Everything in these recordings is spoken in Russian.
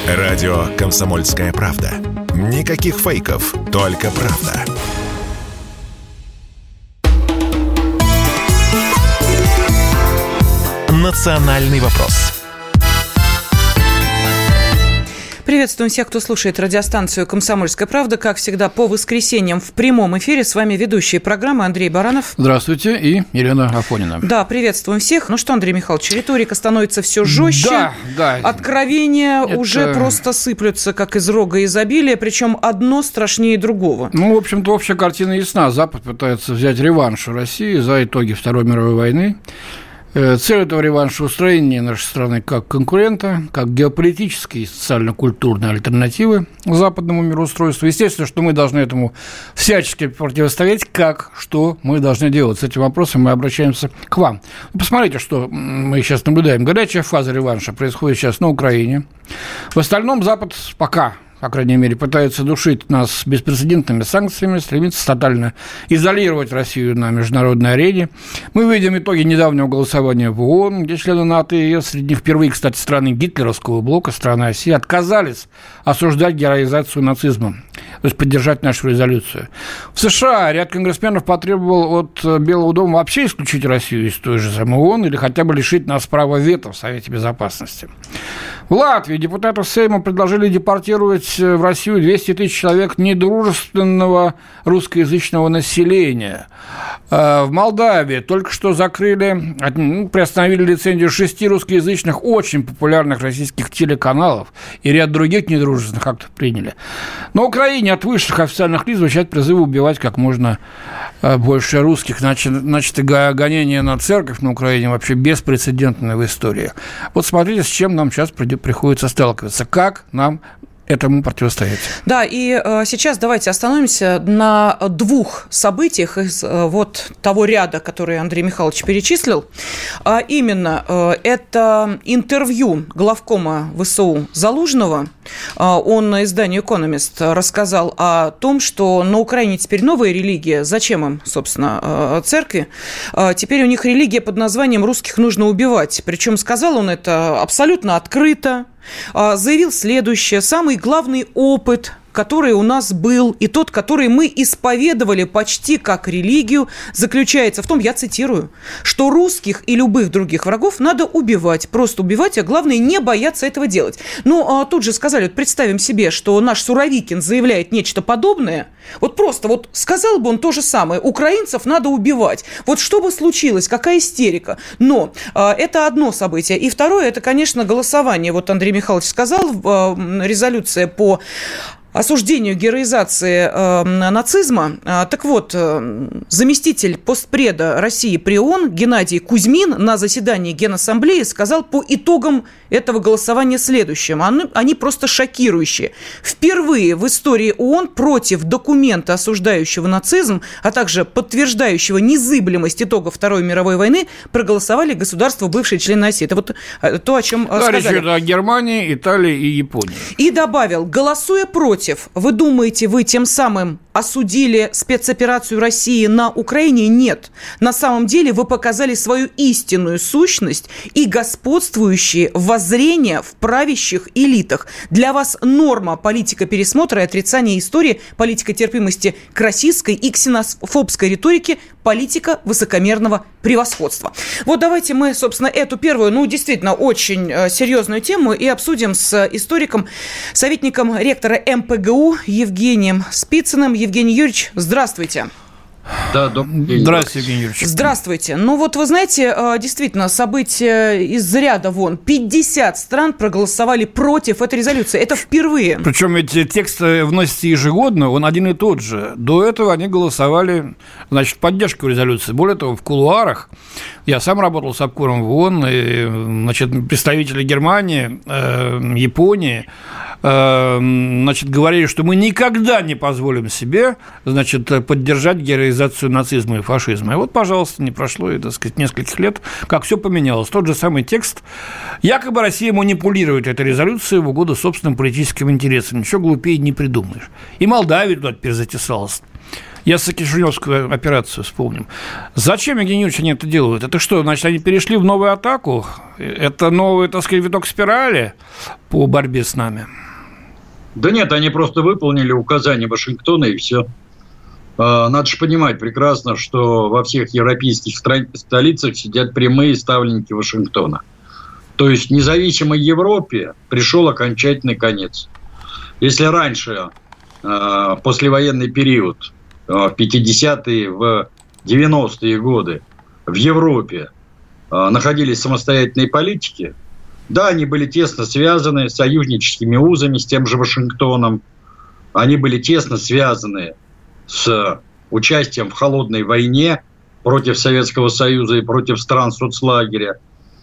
Радио «Комсомольская правда». Никаких фейков, только правда. «Национальный вопрос». Приветствуем всех, кто слушает радиостанцию «Комсомольская правда». Как всегда, по воскресеньям в прямом эфире. С вами ведущие программы Андрей Баранов. Здравствуйте. И Елена Афонина. Да, приветствуем всех. Ну что, Андрей Михайлович, риторика становится все жестче. Да. Откровения уже просто сыплются, как из рога изобилия. Причем одно страшнее другого. Ну, в общем-то, общая картина ясна. Запад пытается взять реванш у России за итоги Второй мировой войны. Цель этого реванша – устроение нашей страны как конкурента, как геополитической и социально-культурной альтернативы западному мироустройству. Естественно, что мы должны этому всячески противостоять. Как, что мы должны делать? С этим вопросом мы обращаемся к вам. Посмотрите, что мы сейчас наблюдаем. Горячая фаза реванша происходит сейчас на Украине. В остальном Запад пока, по крайней мере, пытается душить нас беспрецедентными санкциями, стремится тотально изолировать Россию на международной арене. Мы видим итоги недавнего голосования в ООН, где члены НАТО и среди них впервые, кстати, страны гитлеровского блока, страны оси, отказались осуждать героизацию нацизма, то есть поддержать нашу резолюцию. В США ряд конгрессменов потребовал от Белого дома вообще исключить Россию из той же самой ООН или хотя бы лишить нас права вето в Совете Безопасности. В Латвии депутаты Сейма предложили депортировать в Россию 200 тысяч человек недружественного русскоязычного населения. В Молдавии только что приостановили лицензию 6 русскоязычных очень популярных российских телеканалов и ряд других недружественных актов приняли. На Украине от высших официальных лиц звучат призывы убивать как можно больше русских. Значит, гонение на церковь на Украине вообще беспрецедентное в истории. Вот смотрите, с чем нам сейчас приходится сталкиваться. Как нам этому противостоять. Да, и сейчас давайте остановимся на двух событиях из вот того ряда, который Андрей Михайлович перечислил. Именно это интервью главкома ВСУ Залужного. Он на издании «Экономист» рассказал о том, что на Украине теперь новая религия. Зачем им, собственно, церкви? Теперь у них религия под названием «русских нужно убивать». Причем сказал он это абсолютно открыто. Заявил следующее: самый главный опыт, который у нас был, и тот, который мы исповедовали почти как религию, заключается в том, я цитирую, что русских и любых других врагов надо убивать, просто убивать, а главное не бояться этого делать. Ну, тут же сказали, вот представим себе, что наш Суровикин заявляет нечто подобное, вот просто вот сказал бы он то же самое, украинцев надо убивать, вот что бы случилось, какая истерика. Но это одно событие. И второе, это, конечно, голосование. Вот Андрей Михайлович сказал, резолюция по осуждению героизации нацизма. Так вот, заместитель постпреда России при ООН Геннадий Кузьмин на заседании Генассамблеи сказал по итогам этого голосования следующее. Они просто шокирующие. Впервые в истории ООН против документа, осуждающего нацизм, а также подтверждающего незыблемость итогов Второй мировой войны, проголосовали государства, бывшие члены оси. Это вот то, о чем сказали. Речь идет о Германии, Италии и Японии. И добавил, голосуя против, вы думаете, вы тем самым осудили спецоперацию России на Украине? Нет. На самом деле вы показали свою истинную сущность и господствующие воззрения в правящих элитах. Для вас норма политика пересмотра и отрицания истории, политика терпимости к российской и ксенофобской риторике, политика высокомерного превосходства. Вот давайте мы, собственно, эту первую, действительно очень серьезную тему и обсудим с историком, советником ректора МПГУ Евгением Спицыным. Евгений Юрьевич, здравствуйте. Да, здравствуйте, Евгений Юрьевич. Здравствуйте. Вот вы знаете, действительно, события из ряда вон. 50 стран проголосовали против этой резолюции. Это впервые. Причем эти тексты вносятся ежегодно, он один и тот же. До этого они голосовали, в поддержку резолюции. Более того, в кулуарах, я сам работал с обкором в ООН, и, представители Германии, Японии, говорили, что мы никогда не позволим себе, поддержать героизацию нацизма и фашизма. И вот, пожалуйста, не прошло, нескольких лет, как все поменялось. Тот же самый текст. Якобы Россия манипулирует этой резолюцией в угоду собственным политическим интересам. Ничего глупее не придумаешь. И Молдавия туда теперь затесалась. Яссо-Кишиневскую операцию вспомним. Зачем, Евгений Юрьевич, они это делают? Это что, значит, они перешли в новую атаку? Это новый, так сказать, виток спирали по борьбе с нами? Да нет, они просто выполнили указания Вашингтона, и все. Надо же понимать прекрасно, что во всех европейских столицах сидят прямые ставленники Вашингтона. То есть независимой Европе пришел окончательный конец. Если раньше, послевоенный период, в 50-е, в 90-е годы в Европе находились самостоятельные политики, да, они были тесно связаны с союзническими узами, с тем же Вашингтоном, они были тесно связаны с участием в холодной войне против Советского Союза и против стран соцлагеря,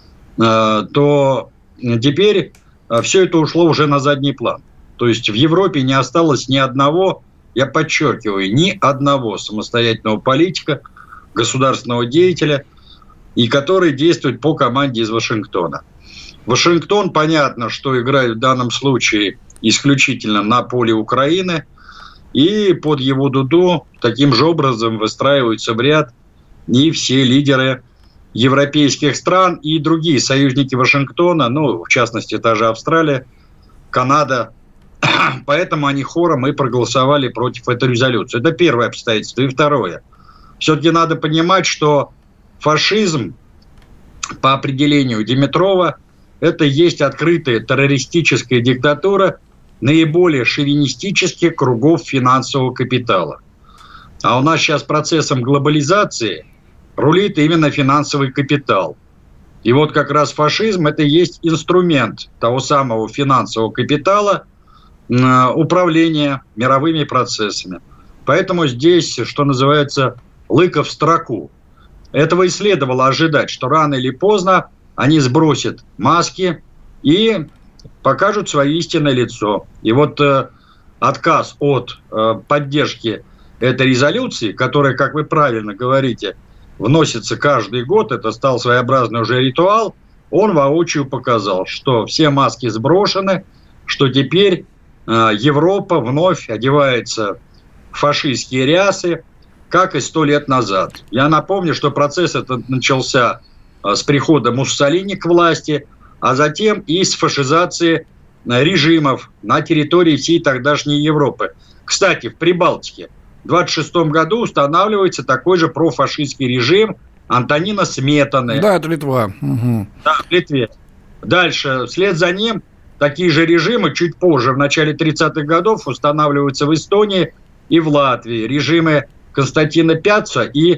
то теперь все это ушло уже на задний план. То есть в Европе не осталось ни одного, я подчеркиваю, ни одного самостоятельного политика, государственного деятеля, и который действует по команде из Вашингтона. Вашингтон, понятно, что играет в данном случае исключительно на поле Украины, и под его дуду таким же образом выстраиваются в ряд и все лидеры европейских стран и другие союзники Вашингтона, в частности, та же Австралия, Канада. Поэтому они хором и проголосовали против этой резолюции. Это первое обстоятельство. И второе. Все-таки надо понимать, что фашизм, по определению Димитрова, это есть открытая террористическая диктатура наиболее шовинистических кругов финансового капитала. А у нас сейчас процессом глобализации рулит именно финансовый капитал. И вот как раз фашизм – это и есть инструмент того самого финансового капитала управления мировыми процессами. Поэтому здесь, что называется, лыка в строку. Этого и следовало ожидать, что рано или поздно они сбросят маски и покажут свое истинное лицо. И вот отказ от поддержки этой резолюции, которая, как вы правильно говорите, вносится каждый год, это стал своеобразный уже ритуал, он воочию показал, что все маски сброшены, что теперь Европа вновь одевается в фашистские рясы, как и 100 лет назад. Я напомню, что процесс этот начался с прихода Муссолини к власти, а затем и с фашизации режимов на территории всей тогдашней Европы. Кстати, в Прибалтике в 1926 году устанавливается такой же профашистский режим Антонина Сметаны. Да, это Литва. Угу. Да, в Литве. Дальше, вслед за ним, такие же режимы чуть позже, в начале 30-х годов, устанавливаются в Эстонии и в Латвии. Режимы Константина Пяца и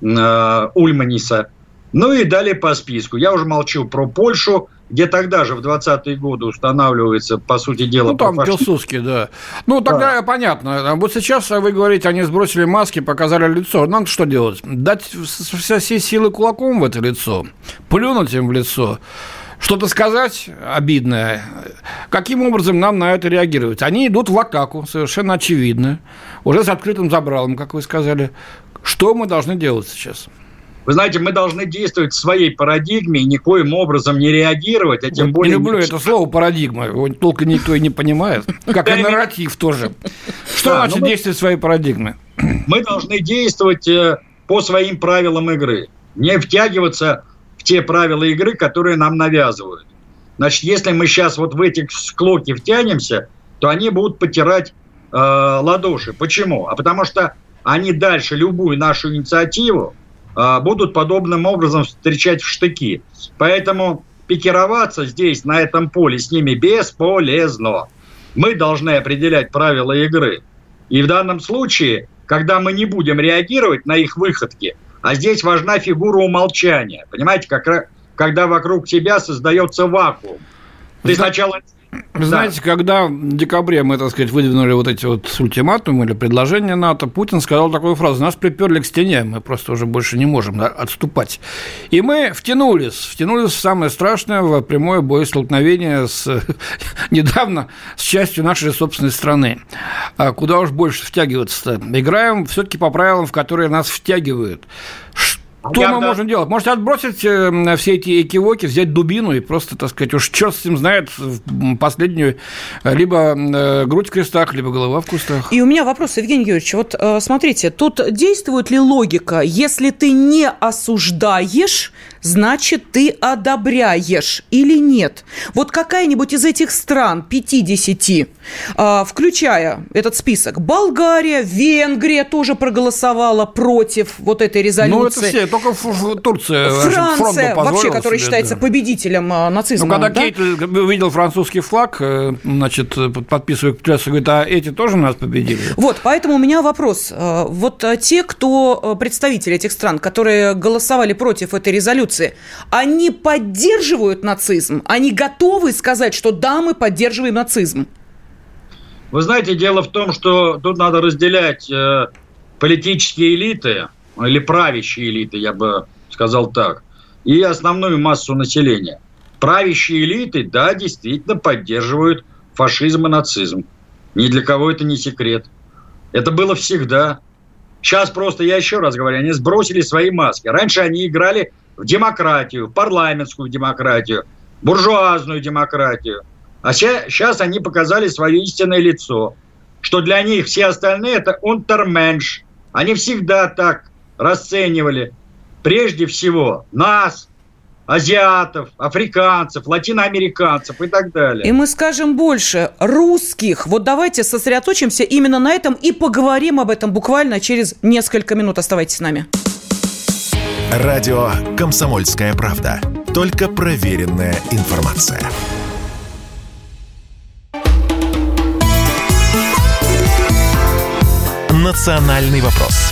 Ульманиса. Ну и далее по списку. Я уже молчу про Польшу, где тогда же в 20-е годы устанавливается, по сути дела... там Пилсудский, да. Тогда понятно. Вот сейчас вы говорите, они сбросили маски, показали лицо. Нам что делать? Дать все силы кулаком в это лицо? Плюнуть им в лицо? Что-то сказать обидное? Каким образом нам на это реагировать? Они идут в атаку, совершенно очевидно. Уже с открытым забралом, как вы сказали. Что мы должны делать сейчас? Вы знаете, мы должны действовать в своей парадигме и никоим образом не реагировать, а тем более... Не люблю это слово «парадигма», его толком никто и не понимает, как и нарратив тоже. Что значит действовать в своей парадигме? Мы должны действовать по своим правилам игры, не втягиваться в те правила игры, которые нам навязывают. Значит, если мы сейчас вот в эти склоки втянемся, то они будут потирать ладоши. Почему? А потому что они дальше любую нашу инициативу будут подобным образом встречать в штыки. Поэтому пикироваться здесь, на этом поле, с ними бесполезно. Мы должны определять правила игры. И в данном случае, когда мы не будем реагировать на их выходки, а здесь важна фигура умолчания. Понимаете, когда вокруг тебя создается вакуум. Ты сначала... Вы знаете, когда в декабре мы, так сказать, выдвинули вот эти вот ультиматумы или предложения НАТО, Путин сказал такую фразу: нас приперли к стене, мы просто уже больше не можем отступать. И мы втянулись в самое страшное, в прямое боестолкновение недавно с частью нашей собственной страны. А куда уж больше втягиваться-то? Играем все-таки по правилам, в которые нас втягивают. Что мы можем делать? Можете отбросить все эти экивоки, взять дубину и просто, так сказать, уж черт с ним знает, последнюю, либо грудь в крестах, либо голова в кустах. И у меня вопрос, Евгений Юрьевич, вот смотрите, тут действует ли логика, если ты не осуждаешь, значит, ты одобряешь или нет? Вот какая-нибудь из этих стран, 50, включая этот список, Болгария, Венгрия тоже проголосовала против вот этой резолюции. Ну, это все, только Турция. Франция, вообще, которая считается победителем нацизма. Ну, когда Кейтель увидел французский флаг, значит, подписывая клятву, говорит, а эти тоже нас победили? Вот, поэтому у меня вопрос. Вот те, кто представители этих стран, которые голосовали против этой резолюции, они поддерживают нацизм? Они готовы сказать, что да, мы поддерживаем нацизм? Вы знаете, дело в том, что тут надо разделять политические элиты, или правящие элиты, я бы сказал так, и основную массу населения. Правящие элиты, да, действительно поддерживают фашизм и нацизм. Ни для кого это не секрет. Это было всегда. Сейчас просто, я еще раз говорю, они сбросили свои маски. Раньше они играли в демократию, в парламентскую демократию, буржуазную демократию. А сейчас они показали свое истинное лицо, что для них все остальные – это унтерменш. Они всегда так расценивали прежде всего нас, азиатов, африканцев, латиноамериканцев и так далее. И мы скажем больше, русских. Вот давайте сосредоточимся именно на этом и поговорим об этом буквально через несколько минут. Оставайтесь с нами. Радио «Комсомольская правда». Только проверенная информация. «Национальный вопрос».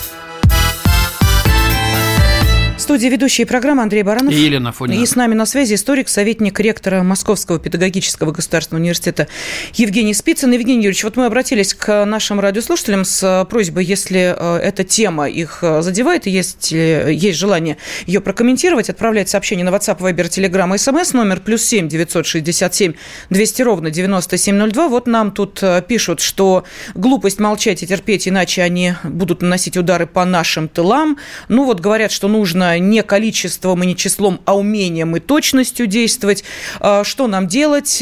В студии ведущие программы Андрей Баранов и Елена Афонина. И с нами на связи историк, советник ректора Московского педагогического государственного университета Евгений Спицын. Евгений Юрьевич, вот мы обратились к нашим радиослушателям с просьбой, если эта тема их задевает, и есть желание ее прокомментировать, отправлять сообщение на WhatsApp, Viber, Telegram, SMS, номер +7 967 200 9702. Вот нам тут пишут, что глупость молчать и терпеть, иначе они будут наносить удары по нашим тылам. Ну вот говорят, что нужно не количеством и не числом, а умением и точностью действовать. Что нам делать?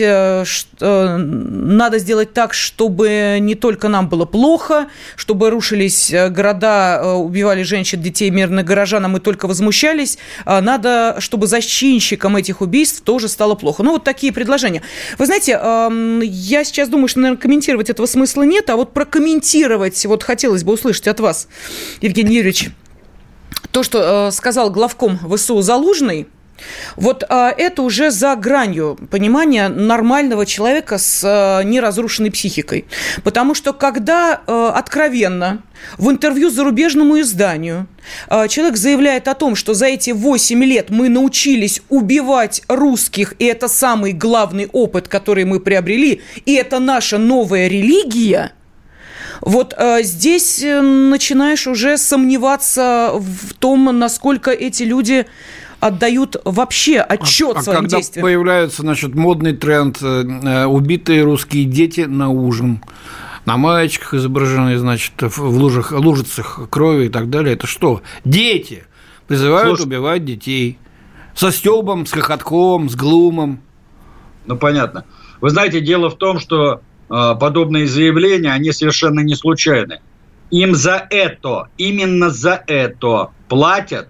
Надо сделать так, чтобы не только нам было плохо, чтобы рушились города, убивали женщин, детей, мирных горожан, а мы только возмущались. Надо, чтобы зачинщикам этих убийств тоже стало плохо. Ну, вот такие предложения. Вы знаете, я сейчас думаю, что, наверное, комментировать этого смысла нет, а вот прокомментировать, вот хотелось бы услышать от вас, Евгений Юрьевич, то, что сказал главком ВСУ Залужный, вот это уже за гранью понимания нормального человека с неразрушенной психикой. Потому что когда откровенно в интервью зарубежному изданию человек заявляет о том, что за эти 8 лет мы научились убивать русских, и это самый главный опыт, который мы приобрели, и это наша новая религия, вот здесь начинаешь уже сомневаться в том, насколько эти люди отдают вообще отчет своим действиям. Когда появляется, значит, модный тренд убитые русские дети на ужин, на маечках изображены, значит, в лужицах крови и так далее, это что? Дети призывают убивать детей со стёбом, с хохотком, с глумом. Ну, понятно. Вы знаете, дело в том, что подобные заявления, они совершенно не случайны. Им за это, именно за это платят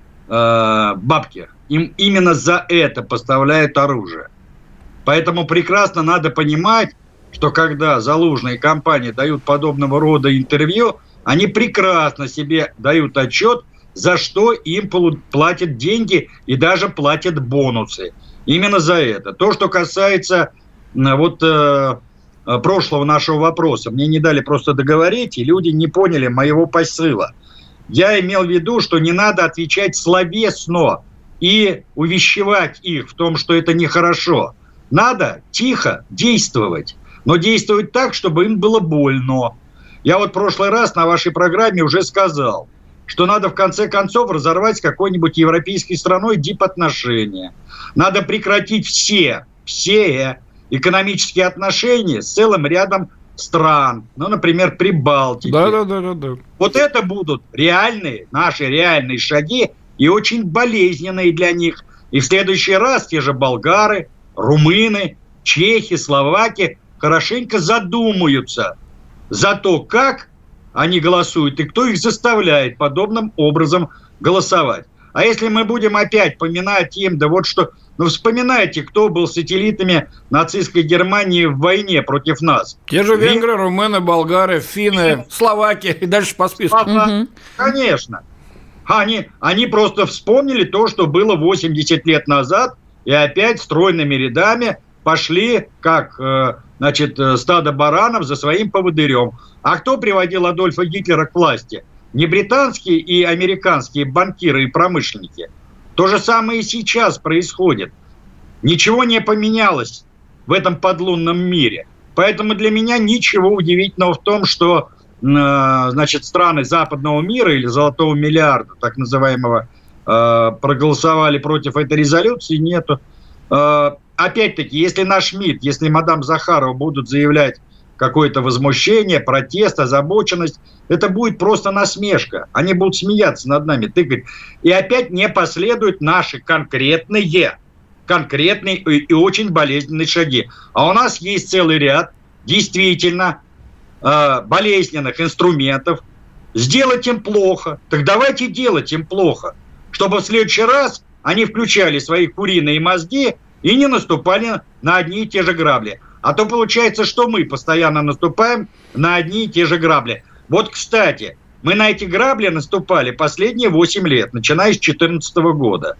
бабки. Им именно за это поставляют оружие. Поэтому прекрасно надо понимать, что когда Залужные компании дают подобного рода интервью, они прекрасно себе дают отчет, за что им платят деньги и даже платят бонусы. Именно за это. То, что касается прошлого нашего вопроса. Мне не дали просто договорить, и люди не поняли моего посыла. Я имел в виду, что не надо отвечать словесно и увещевать их в том, что это нехорошо. Надо тихо действовать, но действовать так, чтобы им было больно. Я вот в прошлый раз на вашей программе уже сказал, что надо в конце концов разорвать с какой-нибудь европейской страной дипотношения. Надо прекратить все экономические отношения с целым рядом стран, ну, например, Прибалтики. Да. Вот это будут наши реальные шаги и очень болезненные для них. И в следующий раз те же болгары, румыны, чехи, словаки хорошенько задумаются за то, как они голосуют и кто их заставляет подобным образом голосовать. А если мы будем опять поминать им, да вот что... Ну, вспоминайте, кто был сателлитами нацистской Германии в войне против нас. Те же венгры, румыны, болгары, финны, словаки и дальше по списку. Конечно. Они просто вспомнили то, что было 80 лет назад, и опять стройными рядами пошли, как стадо баранов, за своим поводырем. А кто приводил Адольфа Гитлера к власти? Не британские и американские банкиры и промышленники. То же самое и сейчас происходит. Ничего не поменялось в этом подлунном мире. Поэтому для меня ничего удивительного в том, что страны западного мира или золотого миллиарда, так называемого, проголосовали против этой резолюции, нету. Опять-таки, если наш МИД, если мадам Захарова будут заявлять какое-то возмущение, протест, озабоченность, это будет просто насмешка. Они будут смеяться над нами, тыкать. И опять не последуют наши конкретные и очень болезненные шаги. А у нас есть целый ряд действительно болезненных инструментов. Сделать им плохо. Так давайте делать им плохо. Чтобы в следующий раз они включали свои куриные мозги и не наступали на одни и те же грабли. А то получается, что мы постоянно наступаем на одни и те же грабли. Вот, кстати, мы на эти грабли наступали последние 8 лет, начиная с 2014 года.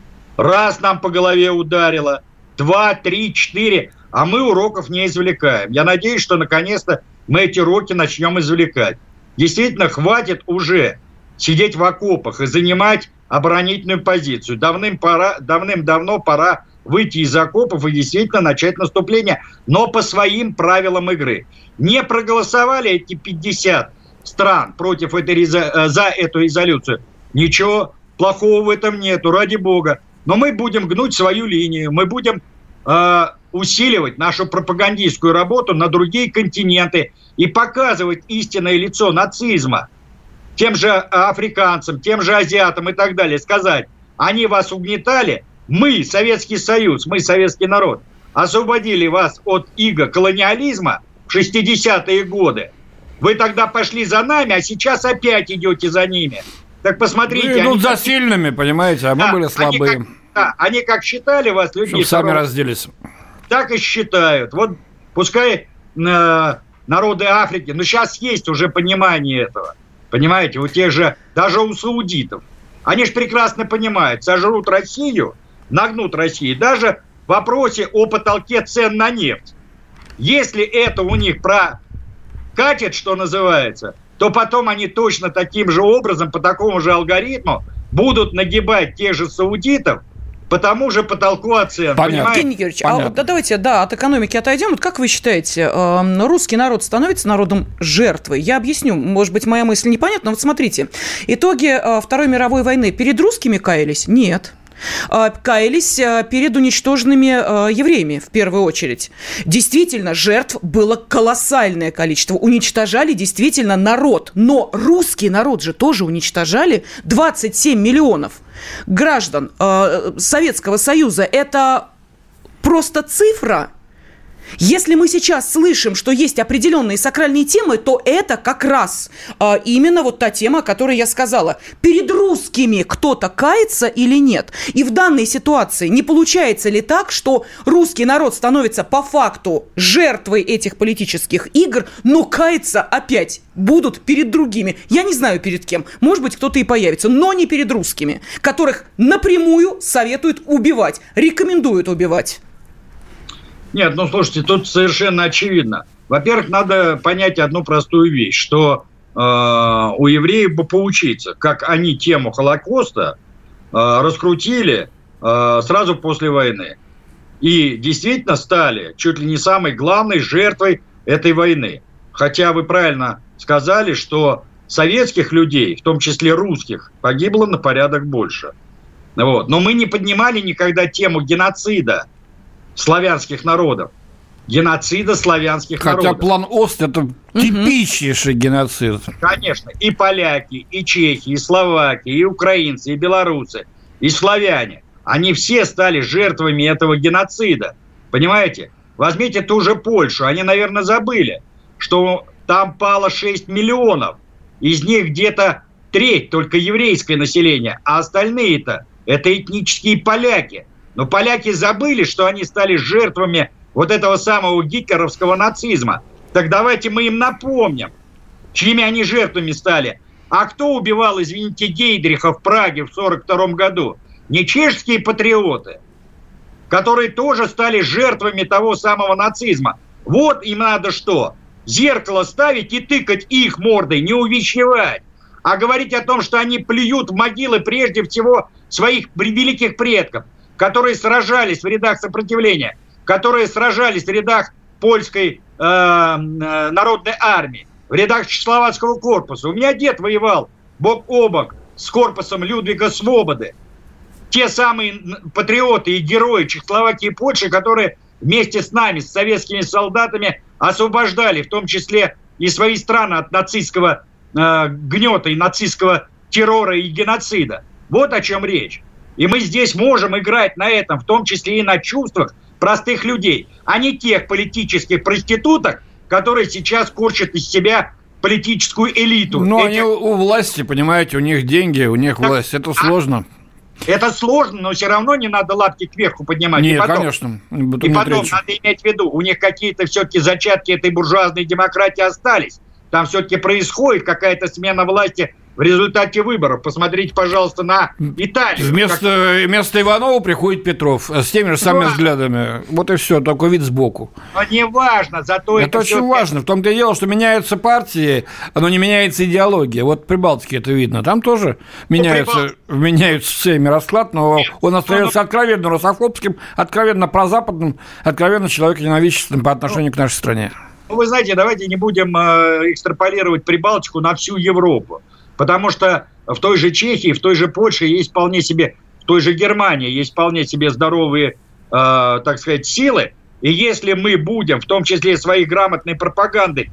Раз нам по голове ударило, 2, 3, 4, а мы уроков не извлекаем. Я надеюсь, что наконец-то мы эти уроки начнем извлекать. Действительно, хватит уже сидеть в окопах и занимать оборонительную позицию. Давным-давно пора выйти из окопов и действительно начать наступление, но по своим правилам игры. Не проголосовали эти 50 стран против за эту резолюцию. Ничего плохого в этом нету, ради бога. Но мы будем гнуть свою линию, мы будем усиливать нашу пропагандистскую работу на другие континенты и показывать истинное лицо нацизма тем же африканцам, тем же азиатам и так далее. Сказать, они вас угнетали, мы, Советский Союз, мы, советский народ, освободили вас от иго колониализма в 60-е годы. Вы тогда пошли за нами, а сейчас опять идете за ними. Так посмотрите. Вы идут за сильными, понимаете, а мы были слабые. Они как считали вас людьми, сами разделись. Так и считают. Вот пускай народы Африки, но сейчас есть уже понимание этого. Понимаете, у тех же, даже у саудитов. Они же прекрасно понимают, сожрут Россию, нагнут Россию, даже в вопросе о потолке цен на нефть. Если это у них прокатит, что называется, то потом они точно таким же образом, по такому же алгоритму будут нагибать тех же саудитов по тому же потолку оцен. Евгений Юрьевич, а вот давайте от экономики отойдем. Вот как вы считаете, русский народ становится народом жертвой? Я объясню, может быть, моя мысль непонятна, но вот смотрите. Итоги Второй мировой войны перед русскими каялись? Нет. Каялись перед уничтоженными евреями в первую очередь. Действительно, жертв было колоссальное количество. Уничтожали действительно народ. Но русский народ же тоже уничтожали. 27 миллионов граждан Советского Союза. Это просто цифра. Если мы сейчас слышим, что есть определенные сакральные темы, то это как раз именно вот та тема, о которой я сказала. Перед русскими кто-то кается или нет? И в данной ситуации не получается ли так, что русский народ становится по факту жертвой этих политических игр, но каяться опять будут перед другими? Я не знаю перед кем. Может быть, кто-то и появится, но не перед русскими, которых напрямую советуют убивать, рекомендуют убивать. Нет, ну слушайте, тут совершенно очевидно. Во-первых, надо понять одну простую вещь, что у евреев бы поучиться, как они тему Холокоста раскрутили сразу после войны. И действительно стали чуть ли не самой главной жертвой этой войны. Хотя вы правильно сказали, что советских людей, в том числе русских, погибло на порядок больше. Вот. Но мы не поднимали никогда тему геноцида славянских народов. геноцида славянских народов. Хотя план Ост – это типичнейший геноцид. Конечно. И поляки, и чехи, и словаки, и украинцы, и белорусы, и славяне. Они все стали жертвами этого геноцида. Понимаете? Возьмите ту же Польшу. Они, наверное, забыли, что там пало 6 миллионов. Из них где-то треть только еврейское население, а остальные-то это этнические поляки. Но поляки забыли, что они стали жертвами вот этого самого гитлеровского нацизма. Так давайте мы им напомним, чьими они жертвами стали. А кто убивал, извините, Гейдриха в Праге в 1942 году? Не чешские патриоты, которые тоже стали жертвами того самого нацизма. Вот им надо что? Зеркало ставить и тыкать их мордой, не увещевать. А говорить о том, что они плюют в могилы прежде всего своих великих предков, которые сражались в рядах сопротивления, которые сражались в рядах польской народной армии, в рядах Чехословацкого корпуса. У меня дед воевал бок о бок с корпусом Людвига Свободы. Те самые патриоты и герои Чехословакии и Польши, которые вместе с нами, с советскими солдатами, освобождали, в том числе и свои страны от нацистского гнета и нацистского террора и геноцида. Вот о чем речь. И мы здесь можем играть на этом, в том числе и на чувствах простых людей, а не тех политических проституток, которые сейчас корчат из себя политическую элиту. Но они у власти, понимаете, у них деньги, у них власть. Это сложно. Это сложно, но все равно не надо лапки кверху поднимать. Нет, и потом, конечно. И потом надо иметь в виду, у них какие-то все-таки зачатки этой буржуазной демократии остались. Там все-таки происходит какая-то смена власти в результате выборов. Посмотрите, пожалуйста, на Италию. Вместо Иванова приходит Петров с теми же самыми взглядами. Вот и все, только вид сбоку. Но не важно, зато это очень важно. В том-то и дело, что меняются партии, но не меняется идеология. Вот в Прибалтике это видно. Там тоже меняются всеми расклад, но он остается откровенно русофобским, откровенно прозападным, откровенно человеконенавистным по отношению к нашей стране. Ну, вы знаете, давайте не будем экстраполировать Прибалтику на всю Европу. Потому что в той же Чехии, в той же Польше есть вполне себе, в той же Германии есть вполне себе здоровые, так сказать, силы. И если мы будем, в том числе своей грамотной пропагандой,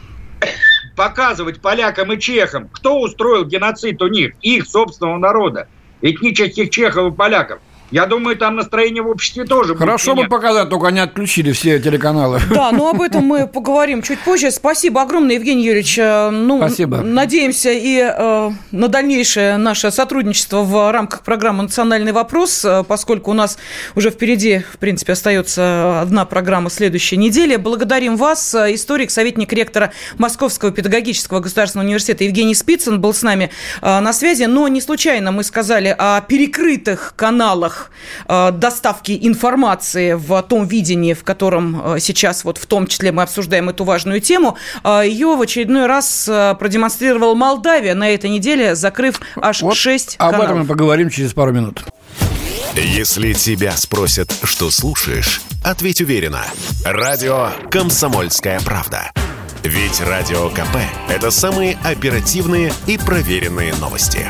показывать полякам и чехам, кто устроил геноцид у них, их собственного народа, этнических чехов и поляков, я думаю, там настроение в обществе тоже будет. Хорошо бы показать, только они отключили все телеканалы. Да, но об этом мы поговорим чуть позже. Спасибо огромное, Евгений Юрьевич. Спасибо. Надеемся и на дальнейшее наше сотрудничество в рамках программы «Национальный вопрос», поскольку у нас уже впереди, в принципе, остается одна программа следующей недели. Благодарим вас. Историк, советник ректора Московского педагогического государственного университета Евгений Спицын был с нами на связи. Но не случайно мы сказали о перекрытых каналах доставки информации в том видении, в котором сейчас, вот в том числе, мы обсуждаем эту важную тему. Ее в очередной раз продемонстрировала Молдавия на этой неделе, закрыв аж 6 каналов. Об этом мы поговорим через пару минут. Если тебя спросят, что слушаешь, ответь уверенно. Радио «Комсомольская правда». Ведь Радио КП – это самые оперативные и проверенные новости.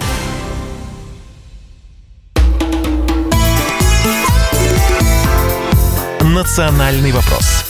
«Национальный вопрос».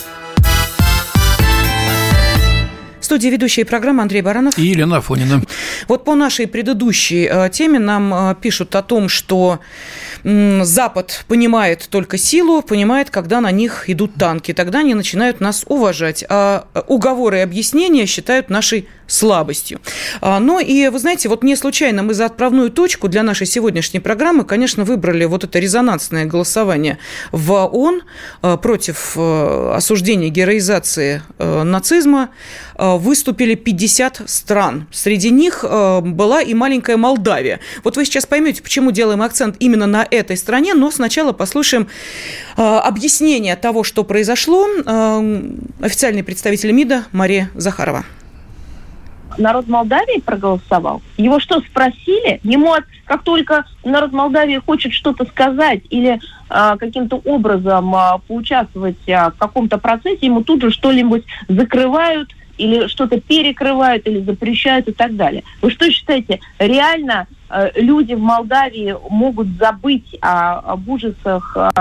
В студии ведущие программы Андрей Баранов и Елена Афонина. Вот по нашей предыдущей теме нам пишут о том, что Запад понимает только силу, понимает, когда на них идут танки. Тогда они начинают нас уважать. А уговоры и объяснения считают нашей слабостью. Ну и, вы знаете, вот не случайно мы за отправную точку для нашей сегодняшней программы, конечно, выбрали вот это резонансное голосование в ООН против осуждения героизации нацизма. Выступили 50 стран. Среди них была и маленькая Молдавия. Вот вы сейчас поймете, почему делаем акцент именно на этой стране, но сначала послушаем объяснение того, что произошло. Официальный представитель МИДа Мария Захарова. Народ Молдавии проголосовал. Его что, спросили? Ему, как только народ Молдавии хочет что-то сказать или каким-то образом поучаствовать в каком-то процессе, ему тут же что-нибудь закрывают или что-то перекрывают или запрещают и так далее. Вы что считаете, реально люди в Молдавии могут забыть об ужасах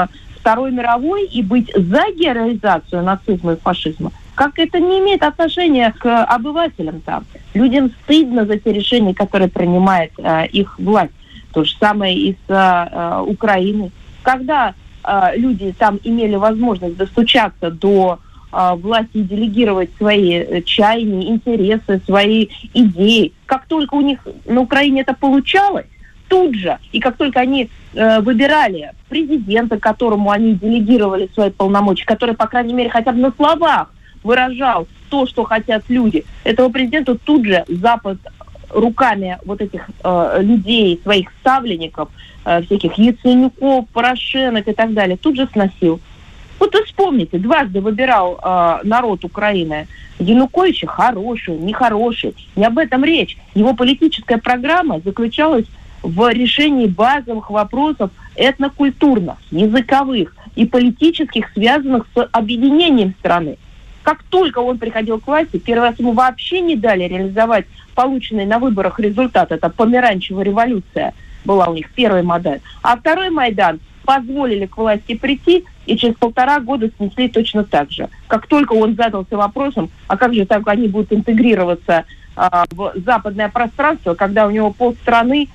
Второй мировой и быть за героизацию нацизма и фашизма, как это не имеет отношения к обывателям там. Людям стыдно за те решения, которые принимает их власть. То же самое и с Украиной. Когда люди там имели возможность достучаться до власти и делегировать свои чаяния, интересы, свои идеи, как только у них на Украине это получалось, тут же, и как только они выбирали президента, которому они делегировали свои полномочия, который, по крайней мере, хотя бы на словах выражал то, что хотят люди, этого президента тут же Запад руками вот этих людей, своих ставленников, всяких Яценюков, Порошенок и так далее, тут же сносил. Вот вы вспомните, дважды выбирал народ Украины Януковича хороший, нехороший. Не об этом речь. Его политическая программа заключалась в решении базовых вопросов этнокультурных, языковых и политических, связанных с объединением страны. Как только он приходил к власти, первый раз ему вообще не дали реализовать полученный на выборах результат. Это померанчевая революция была у них, первый Майдан. А второй Майдан позволили к власти прийти и через 1,5 года снесли точно так же. Как только он задался вопросом, а как же так они будут интегрироваться в западное пространство, когда у него полстраны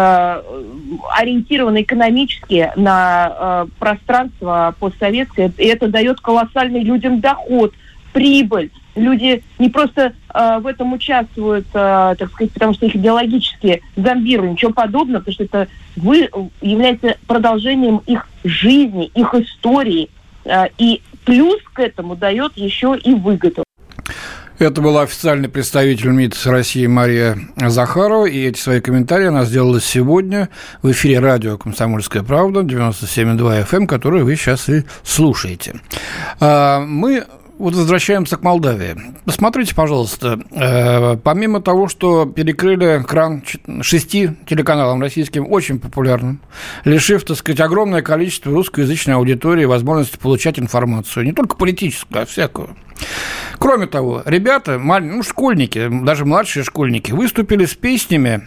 ориентированы экономически на пространство постсоветское, и это дает колоссальный людям доход, прибыль. Люди не просто в этом участвуют, так сказать, потому что их идеологически зомбируют, ничего подобного, потому что это является продолжением их жизни, их истории, и плюс к этому дает еще и выгоду. Это была официальный представитель МИД России Мария Захарова, и эти свои комментарии она сделала сегодня в эфире радио «Комсомольская правда» 97,2 FM, который вы сейчас и слушаете. Мы возвращаемся к Молдавии. Посмотрите, пожалуйста, помимо того, что перекрыли кран 6 телеканалам российским, очень популярным, лишив, так сказать, огромное количество русскоязычной аудитории возможности получать информацию, не только политическую, а всякую. Кроме того, ребята, школьники, даже младшие школьники, выступили с песнями,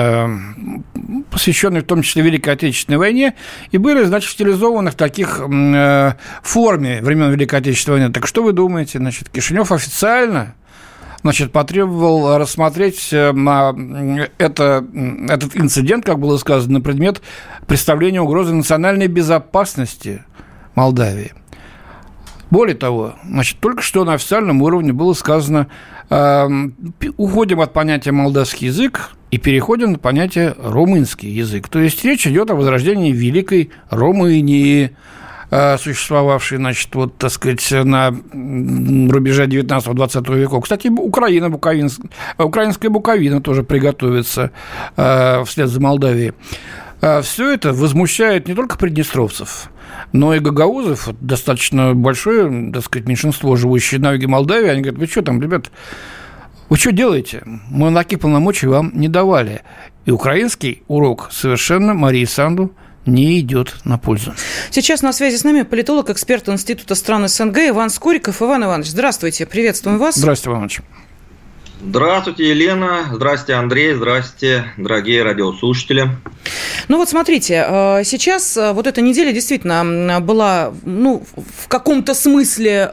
посвященные в том числе Великой Отечественной войне, и были, значит, стилизованы в таких форме времен Великой Отечественной войны. Так что вы думаете? Значит, Кишинев официально, значит, потребовал рассмотреть этот инцидент, как было сказано, на предмет представления угрозы национальной безопасности Молдавии. Более того, значит, только что на официальном уровне было сказано, уходим от понятия молдавский язык и переходим на понятие румынский язык. То есть речь идет о возрождении Великой Румынии, существовавшей, значит, вот, так сказать, на рубеже 19-20 веков. Кстати, украинская Буковина тоже приготовится вслед за Молдавией. Все это возмущает не только приднестровцев, но и гагаузов, достаточно большое, так сказать, меньшинство, живущее на юге Молдавии. Они говорят: вы что там, ребят, вы что делаете? Мы такие полномочия вам не давали. И украинский урок совершенно Марии Санду не идет на пользу. Сейчас на связи с нами политолог, эксперт Института стран СНГ Иван Скориков. Иван Иванович, здравствуйте, приветствуем вас. Здравствуйте, Иван Иванович. Здравствуйте, Елена. Здравствуйте, Андрей. Здравствуйте, дорогие радиослушатели. Ну вот смотрите, сейчас вот эта неделя действительно была, в каком-то смысле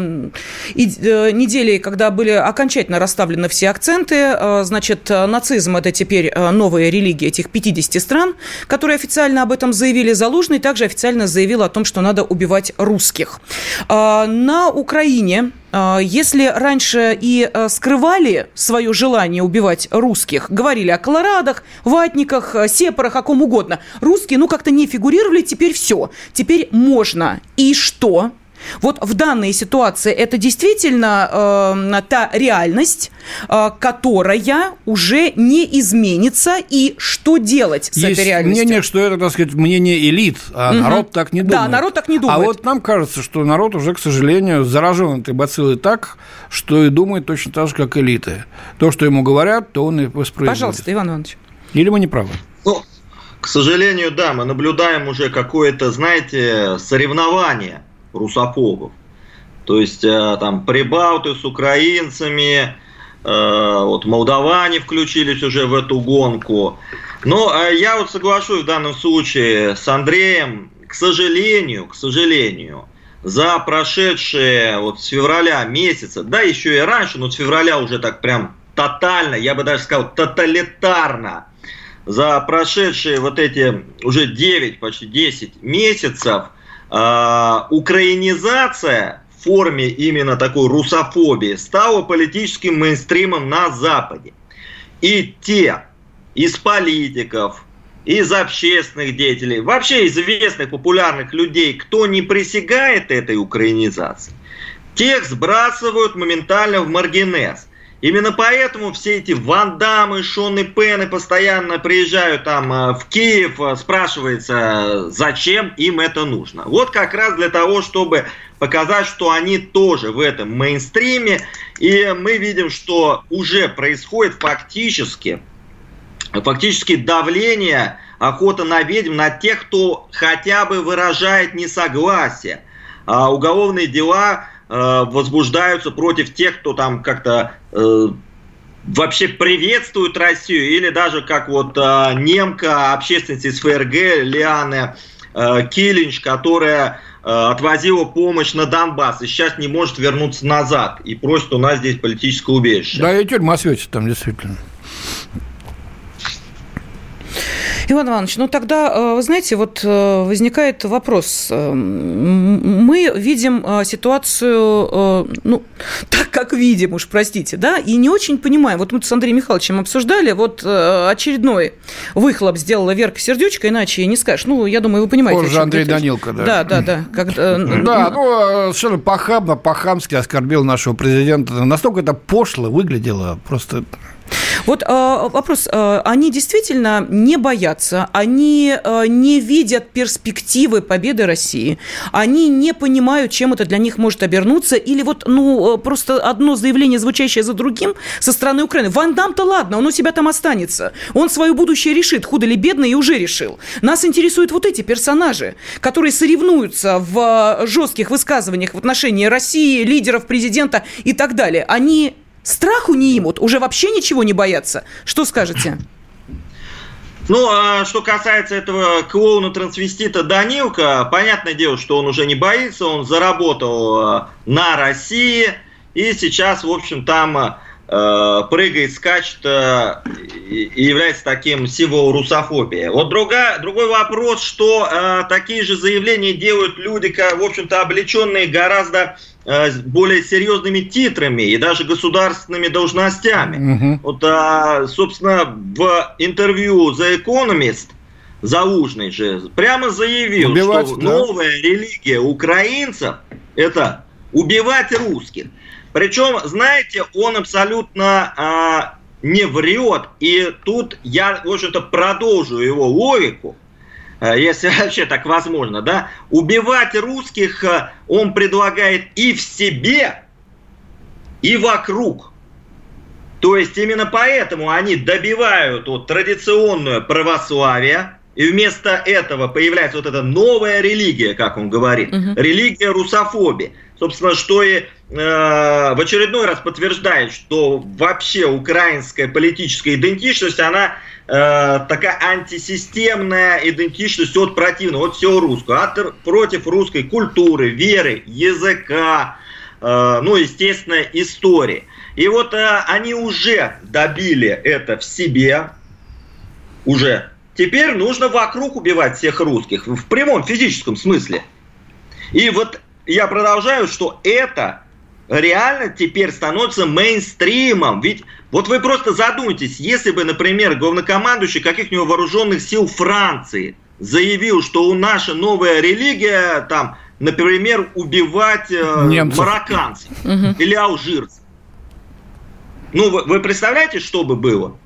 неделей, когда были окончательно расставлены все акценты. Значит, нацизм – это теперь новая религия этих 50 стран, которые официально об этом заявили. Залужный также официально заявил о том, что надо убивать русских. На Украине, если раньше и скрывали свое желание убивать русских, говорили о колорадах, ватниках, сепарах, о ком угодно, русские, как-то не фигурировали, теперь все. Теперь можно. И что? Вот в данной ситуации это действительно та реальность, которая уже не изменится. И что делать с этой реальностью? Есть мнение, что это, так сказать, мнение элит, а народ так не думает. Да, народ так не думает. А вот нам кажется, что народ уже, к сожалению, заражен этой бациллой так, что и думает точно так же, как элиты. То, что ему говорят, то он и воспроизводит. Пожалуйста, Иван Иванович. Или мы не правы? К сожалению, да, мы наблюдаем уже какое-то, знаете, соревнование русофобов. То есть там прибалты с украинцами, вот молдаване включились уже в эту гонку. Но я вот соглашусь в данном случае с Андреем, к сожалению, за прошедшие вот с февраля месяца, да еще и раньше, но с февраля уже так прям тотально, я бы даже сказал тоталитарно, за прошедшие вот эти уже 9, почти 10 месяцев украинизация в форме именно такой русофобии стала политическим мейнстримом на Западе. И те из политиков, из общественных деятелей, вообще известных, популярных людей, кто не пресекает этой украинизации, тех сбрасывают моментально в маргинез. Именно поэтому все эти Ван Даммы, Шоны Пены постоянно приезжают там в Киев, спрашивается, зачем им это нужно. Вот как раз для того, чтобы показать, что они тоже в этом мейнстриме. И мы видим, что уже происходит фактически давление, охота на ведьм, на тех, кто хотя бы выражает несогласие. А уголовные дела возбуждаются против тех, кто там как-то вообще приветствует Россию, или даже как вот немка, общественница из ФРГ Лианы Килинч, которая отвозила помощь на Донбасс и сейчас не может вернуться назад и просит у нас здесь политическое убежище. Да, и тюрьма светит там, действительно. Иван Иванович, ну тогда, вы знаете, вот возникает вопрос. Мы видим ситуацию, ну, так, как видим, уж простите, да, и не очень понимаем. Вот мы с Андреем Михайловичем обсуждали, вот очередной выхлоп сделала Верка Сердючка, иначе не скажешь. Ну, я думаю, вы понимаете. Он же Андрей Данилко, да. Да. Да, ну, совершенно по-хамски оскорбил нашего президента. Настолько это пошло выглядело, просто... Вот вопрос. Они действительно не боятся, они не видят перспективы победы России, они не понимают, чем это для них может обернуться, или вот, ну, просто одно заявление, звучащее за другим, со стороны Украины. Ван Дамм-то ладно, он у себя там останется, он свое будущее решит, худо ли бедно, и уже решил. Нас интересуют вот эти персонажи, которые соревнуются в жестких высказываниях в отношении России, лидеров, президента и так далее. Они... страху не имут, уже вообще ничего не боятся. Что скажете? Ну, что касается этого клоуна-трансвестита Данилка, понятное дело, что он уже не боится, он заработал на России, и сейчас, в общем, там прыгает, скачет и является таким символом русофобии. Вот другой вопрос, что такие же заявления делают люди, в общем-то, облеченные гораздо более серьезными титрами и даже государственными должностями. Вот, собственно, в интервью The Economist Залужный же прямо заявил, что новая религия украинцев – это убивать русских. Причем, знаете, он абсолютно не врет, и тут я, в общем-то, продолжу его логику, если вообще так возможно, да, убивать русских он предлагает и в себе, и вокруг. То есть именно поэтому они добивают вот традиционное православие, и вместо этого появляется вот эта новая религия, как он говорит, религия русофобии. Собственно, что и в очередной раз подтверждает, что вообще украинская политическая идентичность, она такая антисистемная идентичность от противного, от всего русского, против русской культуры, веры, языка, ну, естественно, истории. И вот они уже добили это в себе, уже. Теперь нужно вокруг убивать всех русских, в прямом физическом смысле. И вот я продолжаю, что это реально теперь становится мейнстримом. Ведь вот вы просто задумайтесь, если бы, например, главнокомандующий каких-нибудь вооруженных сил Франции заявил, что наша новая религия, там, например, убивать марокканцев или алжирцев. Ну, вы представляете, что бы было?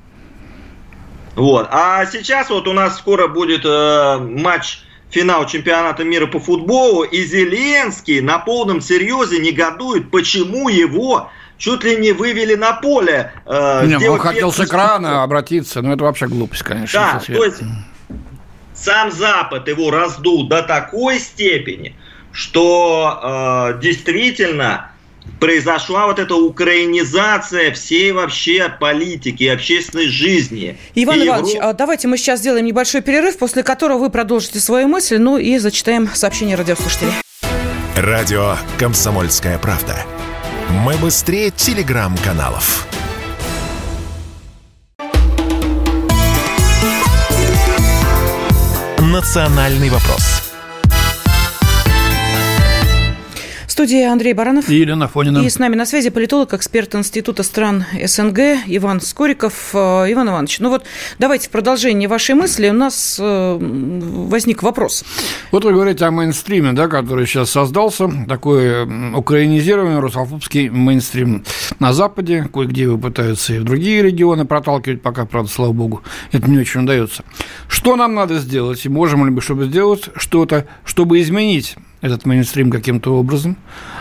Вот. А сейчас вот у нас скоро будет матч, финал чемпионата мира по футболу, и Зеленский на полном серьезе негодует, почему его чуть ли не вывели на поле. Он хотел с экрана обратиться, но это вообще глупость, конечно. Да, то есть сам Запад его раздул до такой степени, что действительно произошла вот эта украинизация всей вообще политики и общественной жизни. Иван Иванович, давайте мы сейчас сделаем небольшой перерыв, после которого вы продолжите свою мысль, ну и зачитаем сообщения радиослушателей. Радио «Комсомольская правда». Мы быстрее телеграм-каналов. «Национальный вопрос». В студии Андрей Баранов и Елена Афонина. И с нами на связи политолог, эксперт Института стран СНГ Иван Скориков. Иван Иванович, ну вот давайте в продолжение вашей мысли. У нас возник вопрос. Вот вы говорите о мейнстриме, да, который сейчас создался, такой украинизированный русофобский мейнстрим на Западе, кое-где его пытаются и в другие регионы проталкивать, пока, правда, слава богу, это не очень удается. Что нам надо сделать, и можем ли мы сделать что-то, чтобы изменить этот мейнстрим каким-то образом,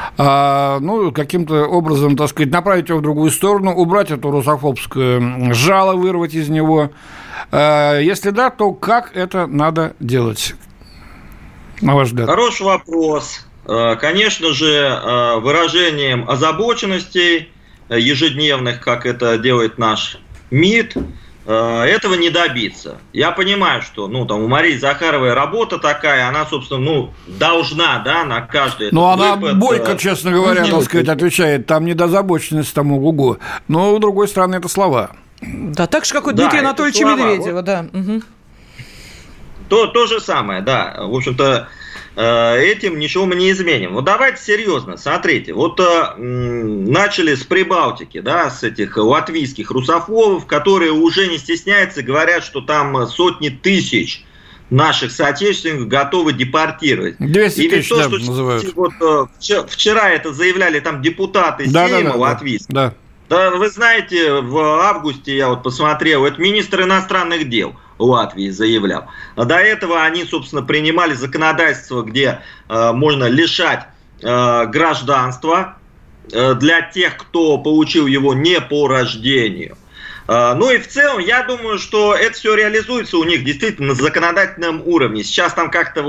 каким-то образом, так сказать, направить его в другую сторону, убрать эту русофобское жало, вырвать из него? Если да, то как это надо делать, на ваш взгляд? Хороший вопрос. Конечно же, выражением озабоченностей ежедневных, как это делает наш МИД, этого не добиться. Я понимаю, что у Марии Захаровой работа такая, она, собственно, должна, да, на каждый... Ну, она бойко, честно говоря, так сказать, отвечает, там не до озабоченности, там ого-го. Но, с другой стороны, это слова. Да, так же, как у Дмитрия Анатольевича Медведева, да. Угу. То же самое, да. В общем-то, этим ничего мы не изменим. Вот давайте серьезно, смотрите, вот начали с Прибалтики, да, с этих латвийских русофобов, которые уже не стесняются, говорят, что там сотни тысяч наших соотечественников готовы депортировать. 200 тысяч, да, называют. Вот, вчера это заявляли там депутаты Сейма латвийского. Да. Да, вы знаете, в августе я вот посмотрел, это министр иностранных дел Латвии заявлял. А до этого они, собственно, принимали законодательство, где можно лишать гражданства для тех, кто получил его не по рождению. Ну и в целом, я думаю, что это все реализуется у них действительно на законодательном уровне. Сейчас там как-то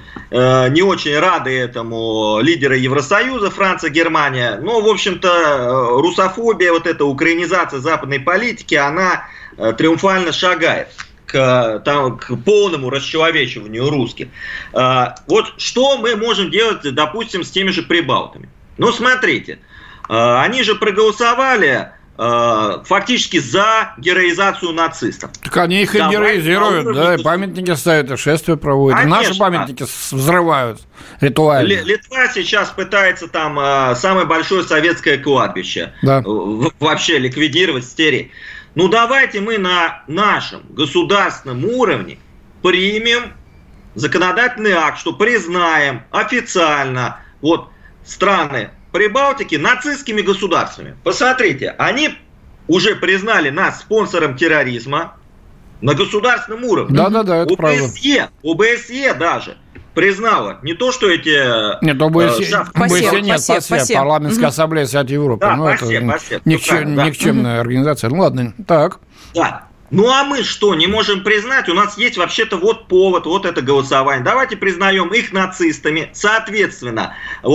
не очень рады этому лидеры Евросоюза, Франция, Германия. Но, в общем-то, русофобия, вот эта украинизация западной политики, она триумфально шагает к полному расчеловечиванию русских. Вот что мы можем делать, допустим, с теми же прибалтами? Ну, смотрите, они же проголосовали фактически за героизацию нацистов. Так они их и героизируют, да, и памятники ставят, и шествия проводят. Конечно, наши памятники взрывают ритуально. Литва сейчас пытается там самое большое советское кладбище вообще ликвидировать, стереть. Ну, давайте мы на нашем государственном уровне примем законодательный акт, что признаем официально страны Прибалтики нацистскими государствами. Посмотрите, они уже признали нас спонсором терроризма на государственном уровне. Да, это правда. ОБСЕ даже признала не то, что эти... Нет, ОБСЕ нет, ПАСЕ, Парламентская ассамблея Совета Европы. Да, ПАСЕ. Никчемная организация. Ну ладно, так. Да. Ну а мы что, не можем признать? У нас есть вообще-то повод, это голосование. Давайте признаем их нацистами. Соответственно,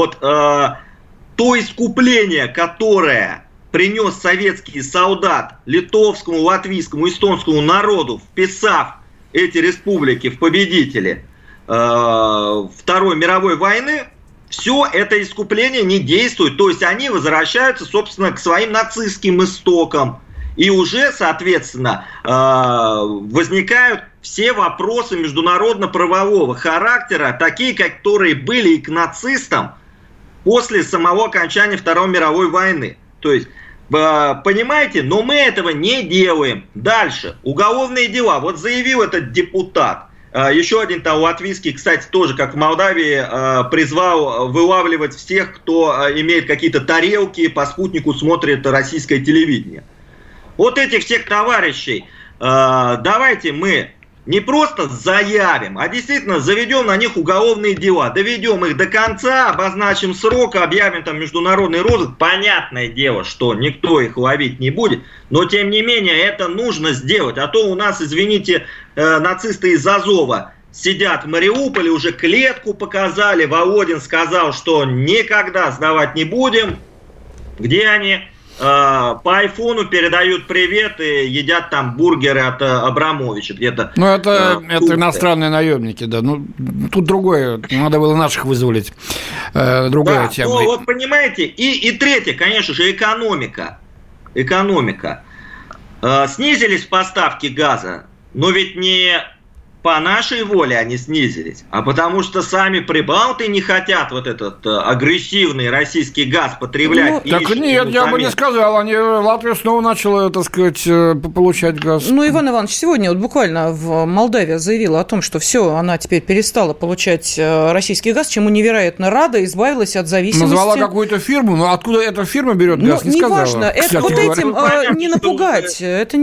то искупление, которое принес советский солдат литовскому, латвийскому, эстонскому народу, вписав эти республики в победители Второй мировой войны, все это искупление не действует. То есть они возвращаются, собственно, к своим нацистским истокам. И уже, соответственно, возникают все вопросы международно-правового характера, такие, которые были и к нацистам после самого окончания Второй мировой войны. То есть, понимаете, но мы этого не делаем. Дальше, уголовные дела. Вот заявил этот депутат, еще один там латвийский, кстати, тоже, как в Молдавии, призвал вылавливать всех, кто имеет какие-то тарелки, по спутнику смотрит российское телевидение. Вот этих всех товарищей давайте мы не просто заявим, а действительно заведем на них уголовные дела, доведем их до конца, обозначим срок, объявим там международный розыск. Понятное дело, что никто их ловить не будет, но тем не менее это нужно сделать. А то у нас, извините, нацисты из Азова сидят в Мариуполе, уже клетку показали, Володин сказал, что никогда сдавать не будем. где они по айфону передают привет и едят там бургеры от Абрамовича где-то. Ну, это иностранные наемники, да. Ну, тут другое. Надо было наших вызволить. Другая тема. Ну, вот понимаете, и третье, конечно же, экономика. Снизились поставки газа, но ведь не по нашей воле они снизились, а потому что сами прибалты не хотят вот этот агрессивный российский газ потреблять. Так нет, я бы не сказал. Латвия снова начала, так сказать, получать газ. Ну, Иван Иванович сегодня вот буквально в Молдавии заявила о том, что все, она теперь перестала получать российский газ, чему невероятно рада, избавилась от зависимости. Назвала какую-то фирму, но откуда эта фирма берет газ, не сказала. Неважно, это вот этим не напугать, это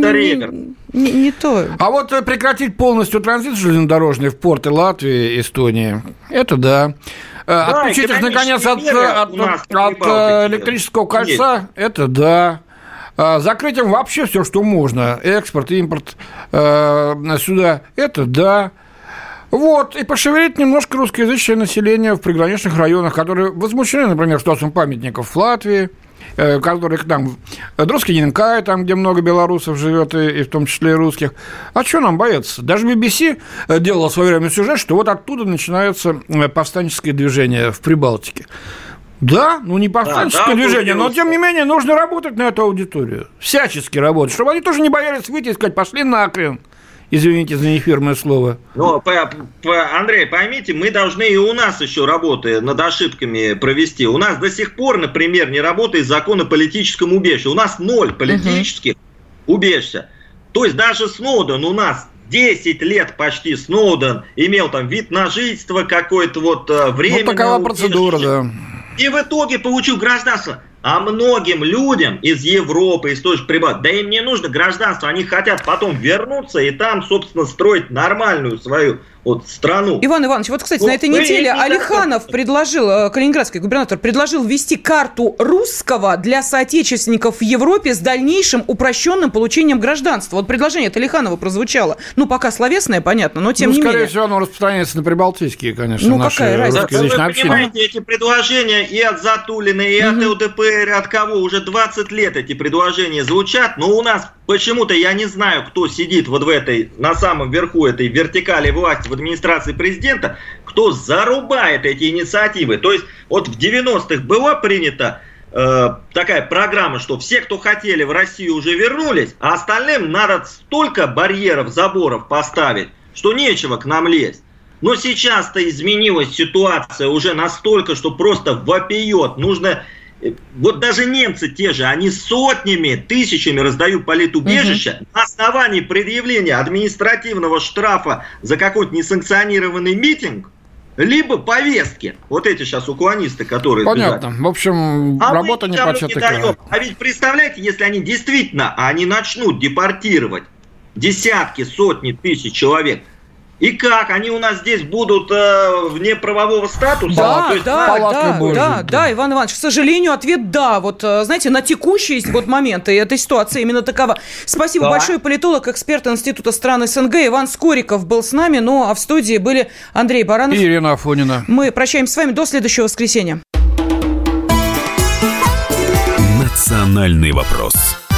не то. А вот прекратить полностью транзит железнодорожный в порты Латвии, Эстонии, это да. Отключить их, наконец, от электрического кольца, это да. Закрыть им вообще все, что можно. Экспорт, импорт сюда, это да. Вот, и пошевелить немножко русскоязычное население в приграничных районах, которые возмущены, например, статусом памятников в Латвии, которые там, Друскиненкай, там, где много белорусов живет, и в том числе и русских. А что нам бояться? Даже BBC делала в свое время сюжет, что вот оттуда начинается повстанческое движение в Прибалтике. Да, ну не повстанческое движение, но тем не менее нужно работать на эту аудиторию. Всячески работать, чтобы они тоже не боялись выйти и сказать: пошли нахрен. Извините за неэфирное слово. Но, Андрей, поймите, мы должны и у нас еще работы над ошибками провести. У нас до сих пор, например, не работает закон о политическом убежище. У нас 0 политических убежища. То есть даже Сноуден у нас 10 лет почти Сноуден имел там вид на жительство, какое-то вот временное. Вот такова процедура, да. И в итоге получил гражданство. А многим людям из Европы, из той же Прибалтики, да им не нужно гражданство, они хотят потом вернуться и там, собственно, строить нормальную свою вот страну. Иван Иванович, вот, кстати, на этой неделе Алиханов предложил, калининградский губернатор, предложил ввести карту русского для соотечественников в Европе с дальнейшим упрощенным получением гражданства. Вот предложение от Алиханова прозвучало. Ну, пока словесное, понятно, но тем не менее. Скорее всего, оно распространяется на прибалтийские, конечно, ну, наши русскоязычные общины. Вы понимаете, эти предложения и от Затулина, и от ЛДПР, от кого уже 20 лет эти предложения звучат, но у нас почему-то, я не знаю, кто сидит вот в этой, на самом верху этой вертикали власти в администрации президента, кто зарубает эти инициативы. То есть вот в 90-х была принята такая программа, что все, кто хотели в Россию, уже вернулись, а остальным надо столько барьеров, заборов поставить, что нечего к нам лезть. Но сейчас-то изменилась ситуация уже настолько, что просто вопиет. Нужно... Вот даже немцы те же, они сотнями, тысячами раздают политубежища на основании предъявления административного штрафа за какой-то несанкционированный митинг, либо повестки. Вот эти сейчас уклонисты, которые... Понятно. В общем, работа непочатый край. А ведь представляете, если они действительно, они начнут депортировать десятки, сотни тысяч человек, и как? Они у нас здесь будут вне правового статуса? Да, Иван Иванович, к сожалению, ответ да. Вот, знаете, на текущий вот момент и эта ситуация именно такова. Спасибо большое. Политолог, эксперт Института стран СНГ Иван Скориков был с нами. Ну, а в студии были Андрей Баранов и Ирина Афонина. Мы прощаемся с вами до следующего воскресенья. Национальный вопрос.